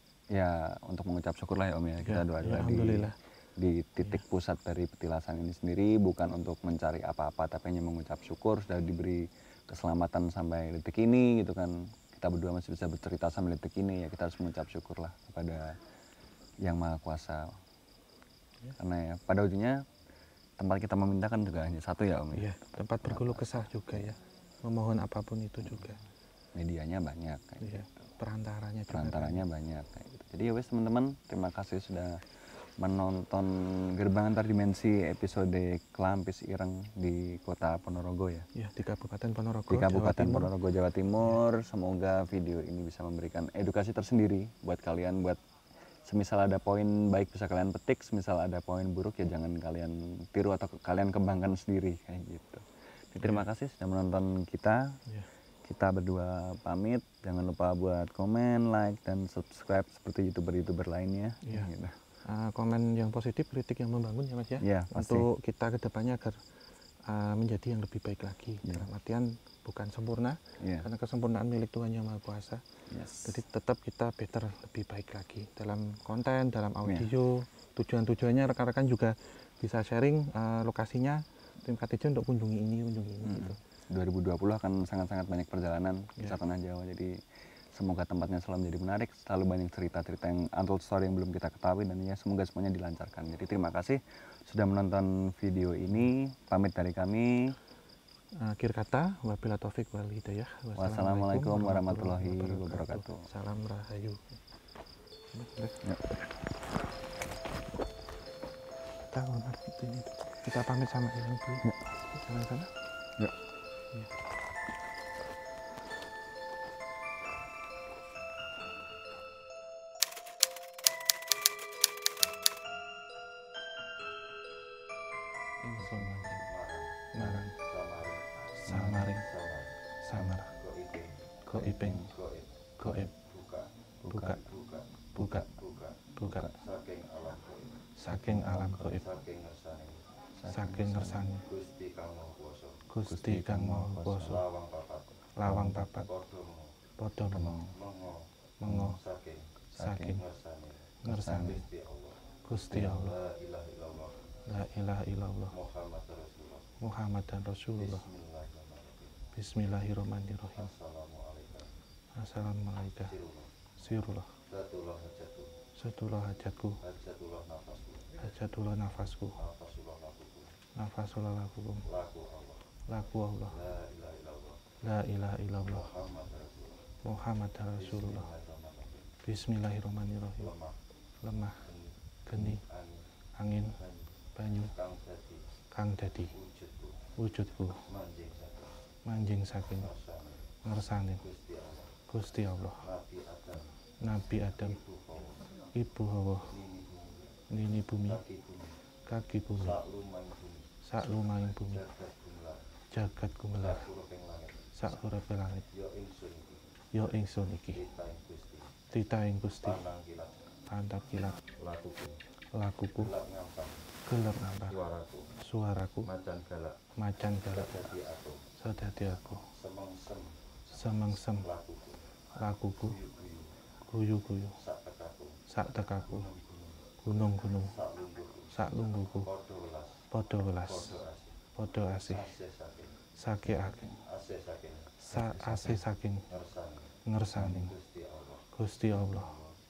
ya untuk mengucap syukur lah ya Om ya, kita Ya, doa ya, di alhamdulillah. di titik pusat dari petilasan ini sendiri, bukan untuk mencari apa-apa tapi hanya mengucap syukur sudah diberi keselamatan sampai detik ini gitu kan. Kita berdua masih bisa bercerita sampai detik ini, ya kita harus mengucap syukur lah kepada Yang Maha Kuasa. Karena ya pada ujungnya tempat kita meminta kan juga hanya satu ya Om ya. Iya, tempat berkeluh kesah juga ya. Memohon apapun itu juga. Medianya banyak kayak Iya, gitu. perantaranya juga. Perantaranya banyak kayak gitu. Jadi ya wes teman-teman, terima kasih sudah menonton Gerbang Antar Dimensi episode Kelampis Ireng di Kota Ponorogo ya. Ya, di Kabupaten Ponorogo, Di Kabupaten Jawa Timur. Ponorogo, Jawa Timur. Semoga video ini bisa memberikan edukasi tersendiri buat kalian, buat semisal ada poin baik bisa kalian petik, semisal ada poin buruk ya jangan kalian tiru atau kalian kembangkan sendiri kayak gitu. Jadi, terima kasih sudah menonton kita. Ya. Kita berdua pamit. Jangan lupa buat komen, like, dan subscribe seperti youtuber-youtuber lainnya. Iya. Gitu. Uh, komen yang positif, kritik yang membangun ya Mas ya. Iya, pasti. Untuk kita kedepannya agar uh, menjadi yang lebih baik lagi. Iya. Dalam artian bukan sempurna, Iya. karena kesempurnaan milik Tuhan Yang Maha Kuasa. Yes. Jadi tetap kita better, lebih baik lagi dalam konten, dalam Iya. audio. Tujuan-tujuannya rekan-rekan juga bisa sharing uh, lokasinya. Tim K T J untuk kunjungi ini, kunjungi ini. Hmm. Gitu. dua ribu dua puluh akan sangat-sangat banyak perjalanan Iya. ke tanah Jawa. Jadi semoga tempatnya selalu menjadi menarik, selalu banyak cerita-cerita yang untold story yang belum kita ketahui, dan ya semoga semuanya dilancarkan. Jadi terima kasih sudah menonton video ini. Pamit dari kami. Akhir kata, wabillahi taufik wal hidayah. Wassalamualaikum warahmatullahi wabarakatuh. Salam rahayu. Ya. Kita honor itu ini. Kita pamit sama yang dulu. Ya. Jalan sana. Ya. Ya. Ingsun marang samaring samara Goibing. Goib. Buka. Buka. Buka. Saking alam goib. Saking ngersani. Gusti kang maha kuwasa. Lawang papat. Padha mengo. Mengo. Saking ngersani. Gusti Allah. La ilaha illallah. Muhammadan Rasulullah. Bismillahirrahmanirrahim. Assalamualaikum. Sirullah. Satulah hajatku. Hajatullah nafasku. Nafasullah lakukum. Laku Allah. La ilaha illallah. Muhammad Rasulullah. Bismillahirrahmanirrahim. Lemah, geni, angin, banyu, kang dadi wujudku, manjing saking ngersane Gusti Allah. Nabi Adam, Ibu Hawa, nini bumi, kaki bumi, sak lumahing bumi, jagat gumelar, sak urepe langit. Yo ingsun iki, titaing Gusti, antap kilat, lakuku, gelap ngampar, suaraku, macan galak, sedati aku, semengsem, lakuku, guyu-guyu, sak tekaku, gunung-gunung, sak lungguku, podo welas, podo asih, sake aking, sa asih saking, ngersaning, Gusti Allah.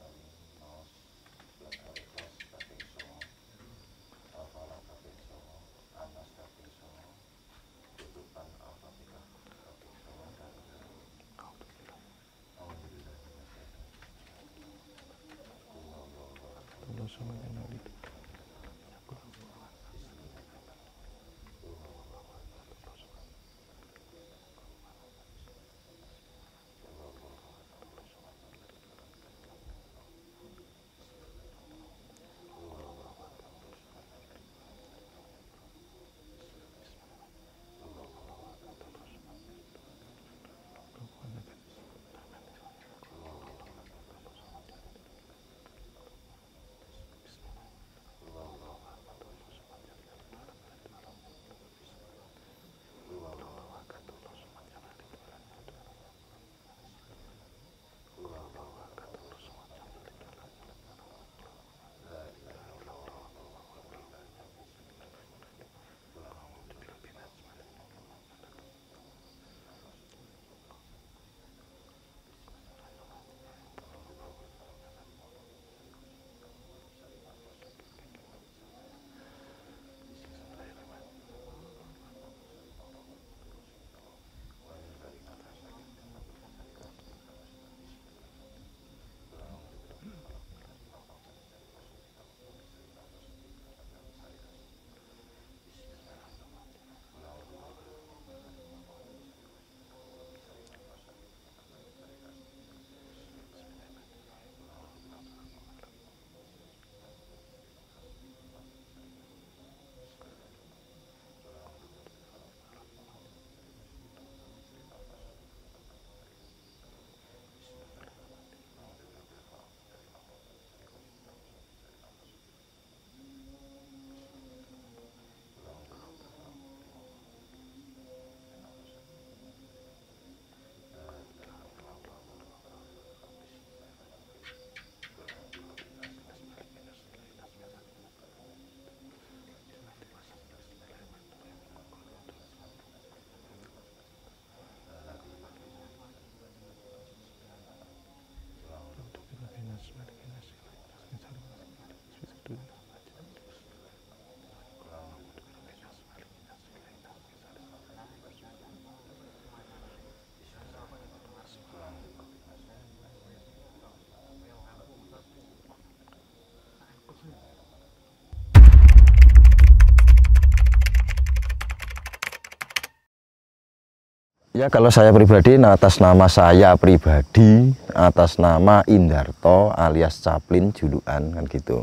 Ya, kalau saya pribadi, nah, atas nama saya pribadi, atas nama Indarto alias Caplin julukan kan gitu.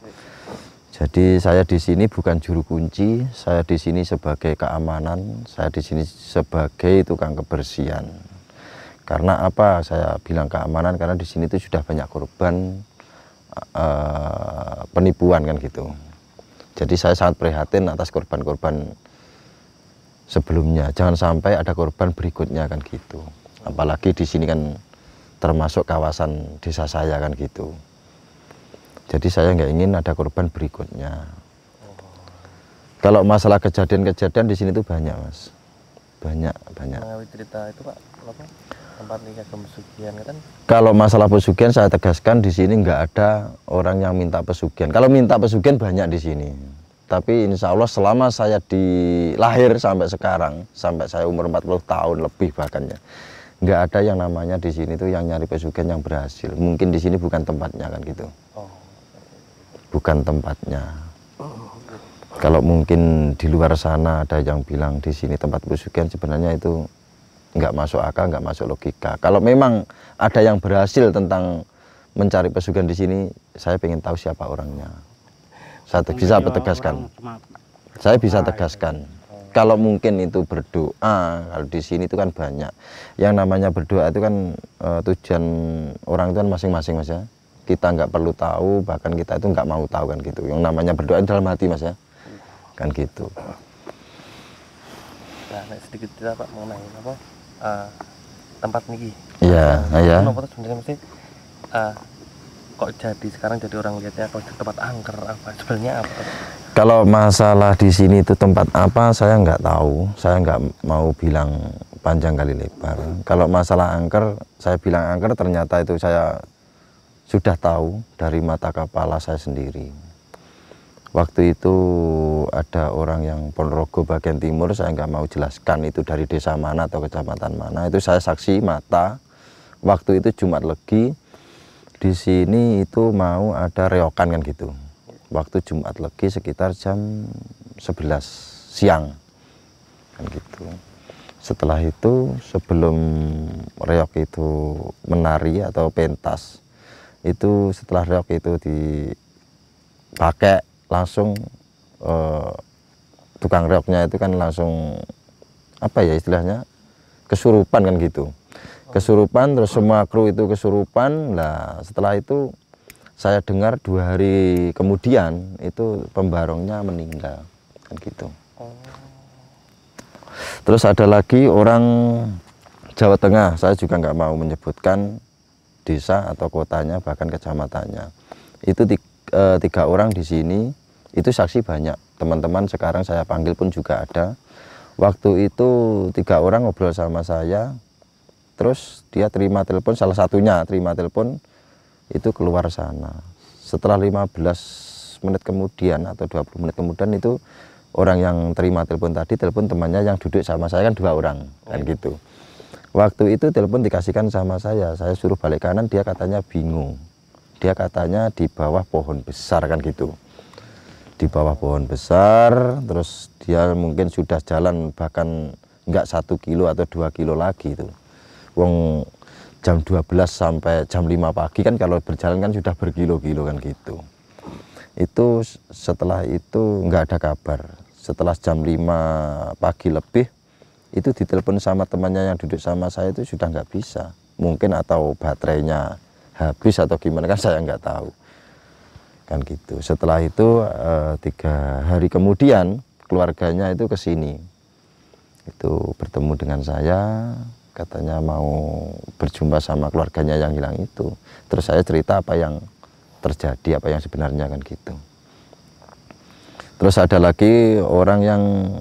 Jadi saya di sini bukan juru kunci, saya di sini sebagai keamanan, saya di sini sebagai tukang kebersihan. Karena apa saya bilang keamanan? Karena di sini tuh sudah banyak korban uh, penipuan kan gitu. Jadi saya sangat prihatin atas korban-korban sebelumnya. Jangan sampai ada korban berikutnya kan gitu. Apalagi di sini kan termasuk kawasan desa saya kan gitu. Jadi saya nggak ingin ada korban berikutnya. Kalau masalah kejadian-kejadian di sini tuh banyak mas, banyak banyak. Mengawali cerita itu pak, apa? Tempat nikah pesugihan kan? Kalau masalah pesugihan saya tegaskan di sini nggak ada orang yang minta pesugihan. Kalau minta pesugihan banyak di sini. Tapi insya Allah selama saya di lahir sampai sekarang, sampai saya umur empat puluh tahun lebih bahkan ya, nggak ada yang namanya di sini tuh yang nyari pesugihan yang berhasil. Mungkin di sini bukan tempatnya kan gitu. Oh. Bukan tempatnya. Kalau mungkin di luar sana ada yang bilang di sini tempat pesugihan, sebenarnya itu nggak masuk akal, nggak masuk logika. Kalau memang ada yang berhasil tentang mencari pesugihan di sini, saya ingin tahu siapa orangnya. Saya bisa tegaskan. Saya bisa tegaskan. Kalau mungkin itu berdoa, kalau di sini itu kan banyak. Yang namanya berdoa itu kan e, tujuan orang itu kan masing-masing mas ya. Kita nggak perlu tahu, bahkan kita itu nggak mau tahu kan gitu. Yang namanya berdoa dalam hati mas ya, kan gitu. Nah, sedikit cerita pak mengenai apa uh, tempat niki. Iya, nah, iya. Kenapa tuh sebenarnya mesti uh, kok jadi sekarang jadi orang lihatnya kalau tempat angker apa sebenarnya apa? Kalau masalah di sini itu tempat apa saya nggak tahu, saya nggak mau bilang panjang kali lebar. Kalau masalah angker, saya bilang angker ternyata itu saya sudah tahu dari mata kepala saya sendiri. Waktu itu ada orang yang Ponorogo bagian timur, saya nggak mau jelaskan itu dari desa mana atau kecamatan mana. Itu saya saksi mata. Waktu itu Jumat Legi, di sini itu mau ada reokan kan gitu. Waktu Jumat Legi sekitar jam sebelas siang kan gitu. Setelah itu sebelum reok itu menari atau pentas, itu setelah reok itu dipakai langsung eh, tukang reoknya itu kan langsung apa ya istilahnya kesurupan kan gitu. Kesurupan terus semua kru itu kesurupan. Lah setelah itu saya dengar dua hari kemudian itu pembarongnya meninggal kan gitu. Terus ada lagi orang Jawa Tengah, saya juga nggak mau menyebutkan desa atau kotanya bahkan kecamatannya. Itu tiga, eh, tiga orang di sini itu saksi banyak. Teman-teman sekarang saya panggil pun juga ada. Waktu itu tiga orang ngobrol sama saya. Terus dia terima telepon, salah satunya terima telepon itu keluar sana. Setelah lima belas menit kemudian atau dua puluh menit kemudian itu orang yang terima telepon tadi telepon temannya yang duduk sama saya kan dua orang kan gitu. Waktu itu telepon dikasihkan sama saya, saya suruh balik kanan, dia katanya bingung. Dia katanya di bawah pohon besar kan gitu. Di bawah pohon besar, terus dia mungkin sudah jalan bahkan nggak satu kilo atau dua kilo lagi itu. Wong jam dua belas sampai jam lima pagi kan kalau berjalan kan sudah berkilo-kilo kan gitu. Itu setelah itu nggak ada kabar. Setelah jam lima pagi lebih itu ditelepon sama temannya yang duduk sama saya itu sudah nggak bisa. Mungkin atau baterainya habis atau gimana kan saya nggak tahu. Kan gitu. Setelah itu eh, tiga hari kemudian keluarganya itu ke sini. Itu bertemu dengan saya. Katanya mau berjumpa sama keluarganya yang hilang itu. Terus saya cerita apa yang terjadi, apa yang sebenarnya kan gitu. Terus ada lagi orang yang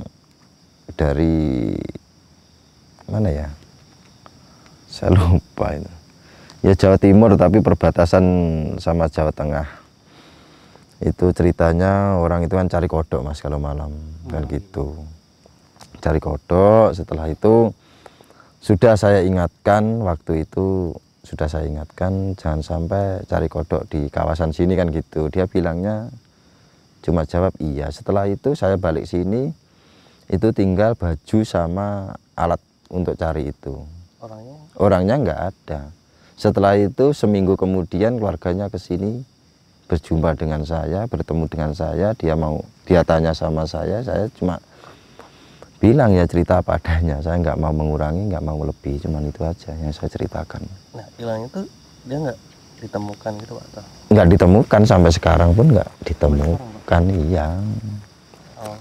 dari mana ya? Saya lupa itu. Ya Jawa Timur tapi perbatasan sama Jawa Tengah. Itu ceritanya orang itu kan cari kodok mas kalau malam kan gitu. Cari kodok, setelah itu sudah saya ingatkan waktu itu sudah saya ingatkan jangan sampai cari kodok di kawasan sini kan gitu. Dia bilangnya cuma jawab iya. Setelah itu saya balik sini itu tinggal baju sama alat untuk cari itu. Orangnya? Orangnya nggak ada. Setelah itu seminggu kemudian keluarganya ke sini berjumpa dengan saya, bertemu dengan saya. Dia mau dia tanya sama saya, saya cuma bilang ya cerita apa adanya, saya nggak mau mengurangi, nggak mau lebih, cuman itu aja yang saya ceritakan. Nah hilangnya tuh dia nggak ditemukan gitu Pak? Atau? Nggak ditemukan sampai sekarang pun nggak ditemukan. Iya. Oh.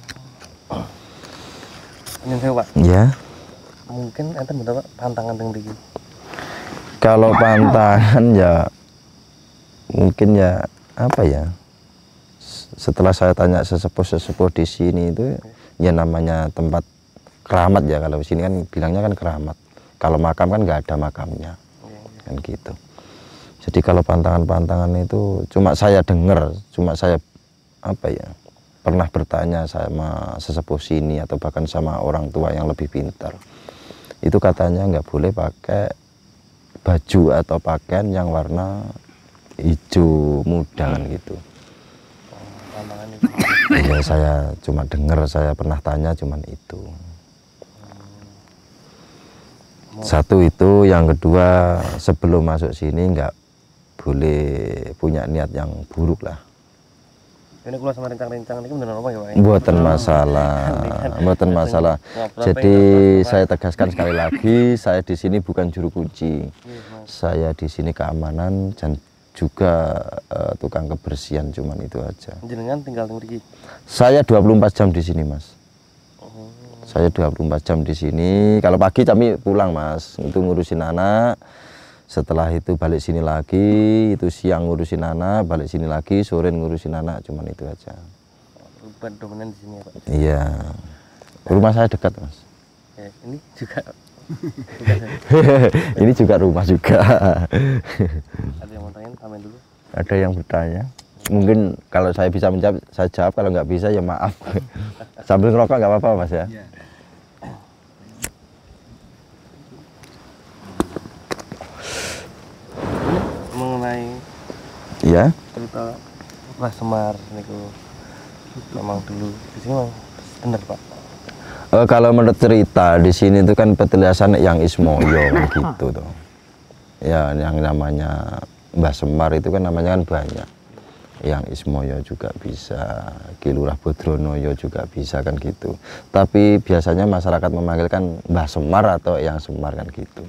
Ini saya Pak. Ya. Mungkin enten bener Pak pantangan yang begini. Kalau pantangan ya mungkin ya apa ya? Setelah saya tanya sesepuh-sesepuh di sini itu ya namanya tempat keramat ya, kalau di sini kan bilangnya kan keramat. Kalau makam kan nggak ada makamnya. Kan gitu. Jadi kalau pantangan-pantangan itu cuma saya dengar, cuma saya apa ya? Pernah bertanya sama sesepuh sini atau bahkan sama orang tua yang lebih pintar. Itu katanya nggak boleh pakai baju atau pakaian yang warna hijau muda kan gitu. Ya saya cuma dengar, saya pernah tanya cuman itu. Satu itu, yang kedua sebelum masuk sini nggak boleh punya niat yang buruk lah. Ini keluar sama rencang-rencang ini bener apa ya Pak? Buatan masalah, buatan masalah. Jadi saya tegaskan sekali lagi, saya di sini bukan juru kunci. Saya di sini keamanan dan juga uh, tukang kebersihan, cuman itu aja. Jenengan tinggal di sini? Saya dua puluh empat jam di sini, Mas. Oh. Saya dua puluh empat jam di sini. Kalau pagi kami pulang, Mas, itu ngurusin anak. Setelah itu balik sini lagi, itu siang ngurusin anak, balik sini lagi, sore ngurusin anak, cuman itu aja. Bukan dominan di sini ya Pak? Iya. Rumah saya dekat, Mas. Ya, ini juga. Ini juga rumah juga. Ada yang mau tanya, komen dulu. Ada yang bertanya. Mungkin kalau saya bisa menjawab, saya jawab. Kalau nggak bisa ya maaf. Sambil ngerokok nggak apa-apa, Mas ya. Mengenai ya cerita Mbah Semar niku memang dulu di sini memang benar Pak. E, kalau menurut cerita di sini itu kan petilasan yang Ismoyo kan gitu tuh. Ya yang namanya Mbah Semar itu kan namanya kan banyak. Yang Ismoyo juga bisa, Ki Lurah Bodronoyo juga bisa kan gitu. Tapi biasanya masyarakat memanggilkan Mbah Semar atau yang Semar kan gitu.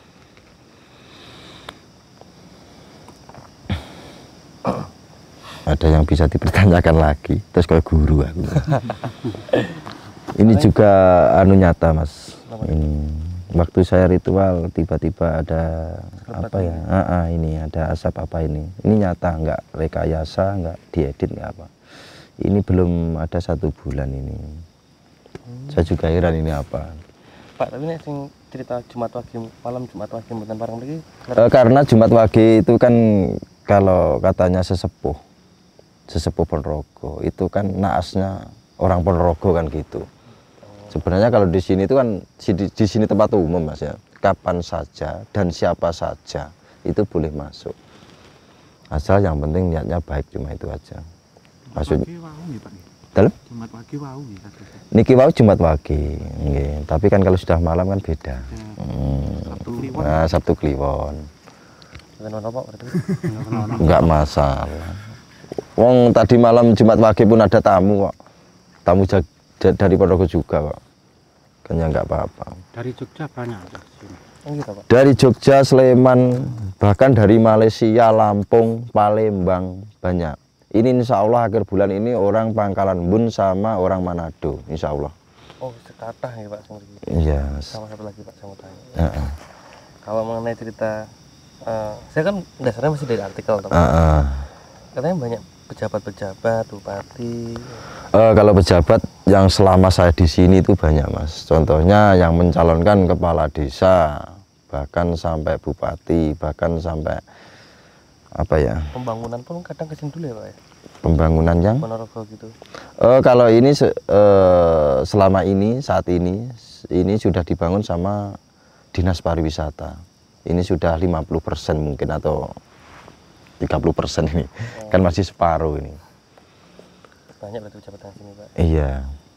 Ada yang bisa dipertanyakan lagi, terus kayak guru aku. Ini juga anu nyata, Mas. Ini waktu saya ritual tiba-tiba ada apa ya? Ah, ah, ini ada asap apa ini? Ini nyata, nggak rekayasa, nggak diedit, nggak apa. Ini belum ada satu bulan ini. Hmm. Saya juga heran ini apa. Pak, tapi ini sing cerita Jumat Wage, malam Jumat Wage mboten pareng mriki. E, karena Jumat Wage itu kan kalau katanya sesepuh sesepuh Ponorogo itu kan naasnya orang Ponorogo kan gitu. Sebenarnya kalau di sini itu kan di, di sini tempat umum, Mas ya. Kapan saja dan siapa saja itu boleh masuk. Asal yang penting niatnya baik, cuma itu aja. Maksudnya dalam Jumat Wage wau niki wau Jumat Wage. Nggih, tapi kan kalau sudah malam kan beda. Ya. Hmm. Sabtu Kliwon. Nah, Sabtu Kliwon. Enggak masalah. Wong tadi malam Jumat Wage pun ada tamu kok. Tamu dari Ponorogo juga kok. Kan ya enggak apa-apa. Dari Jogja banyak. Dari Jogja, Sleman, bahkan dari Malaysia, Lampung, Palembang banyak. Ini insya Allah akhir bulan ini orang Pangkalan Bun sama orang Manado, insya Allah. Oh, sekatah ya Pak? Iya. Sama satu lagi Pak, saya mau tanya. Uh -uh. Kalau mengenai cerita, uh, saya kan dasarnya masih dari artikel, teman. Uh -uh. Katanya banyak pejabat-pejabat, bupati. Uh, kalau pejabat yang selama saya di sini itu banyak, Mas. Contohnya yang mencalonkan kepala desa, bahkan sampai bupati, bahkan sampai apa ya? Pembangunan pun kadang kesini dulu ya Pak ya? Pembangunan yang? Ponorogo gitu. Uh, kalau ini uh, selama ini, saat ini, ini sudah dibangun sama Dinas Pariwisata. Ini sudah lima puluh persen mungkin atau tiga puluh persen ini. Oh. Kan masih separuh ini. Banyak berarti pejabat yang sini Pak? Iya.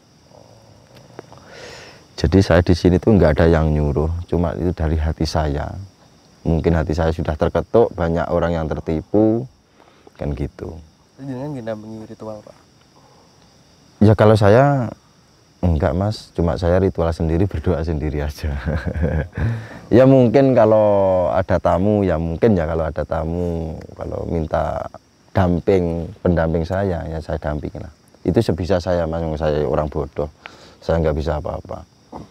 Jadi saya di sini tuh nggak ada yang nyuruh, cuma itu dari hati saya. Mungkin hati saya sudah terketuk, banyak orang yang tertipu, kan gitu. Jangan gina ritual Pak? Ya kalau saya Enggak Mas, cuma saya ritual sendiri, berdoa sendiri aja. Ya mungkin kalau ada tamu, ya mungkin ya kalau ada tamu, kalau minta damping, pendamping saya, ya saya dampingin lah. Itu sebisa saya, Mas, saya orang bodoh, saya nggak bisa apa-apa.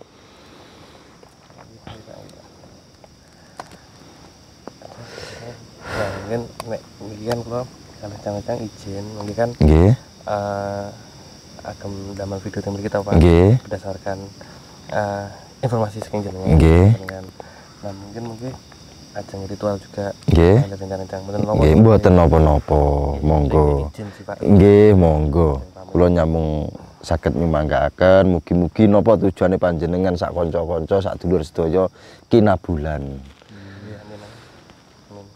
Nah, mungkin nek iki kan kula kalih cang-cang izin, mungkin kan Nggih. eh agem damel video yang kita Pak Nggih. berdasarkan eh, informasi saking jenengan. Nggih. Jenengan. Nah, mungkin mungkin ajeng ritual juga. Nggih. Ada rencana-rencana mboten napa. Nggih, mboten napa-napa, monggo. Izin sih Pak. Nggih, monggo. Kula nyamung saged nyumanggaaken, mugi-mugi napa tujuane panjenengan sak kanca-kanca, sak dulur sedaya kinabulan. Iya, amin. Amin.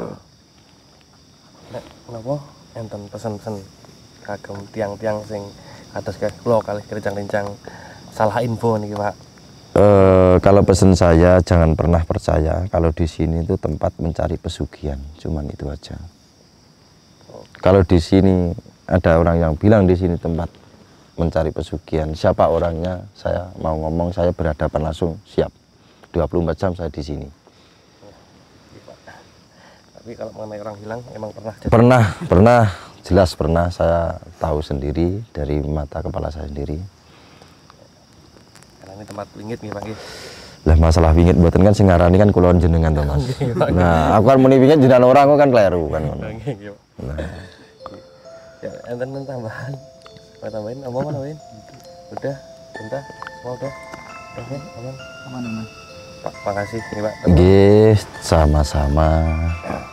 Nek napa enten pesen-pesen kagem tiang-tiang sing atas kayak kula kalih kerencang-rencang salah info niki Pak. Eh, kalau pesan saya jangan pernah percaya kalau di sini itu tempat mencari pesugihan, cuman itu aja. Kalau di sini ada orang yang bilang di sini tempat mencari pesugihan, siapa orangnya? Saya mau ngomong, saya berhadapan langsung, siap. dua puluh empat jam saya di sini. Tapi kalau mengenai orang hilang emang pernah jadi. Pernah, pernah, jelas pernah. Saya tahu sendiri dari mata kepala saya sendiri. Karena ini tempat wingit nih Pak nggih. Lah masalah wingit mboten kan sing ngarani kan kula jenengan to Mas. Nah, aku kan muni wingit jenengan orang aku kan kleru kan ngono. Nggih nggih Pak. Nah, Ya enten tambahan. Mau tambahin apa mau tambahin? Udah, entah. Semua udah. Oke, aman. Aman aman. Pak, makasih nih Pak. nggih, sama-sama.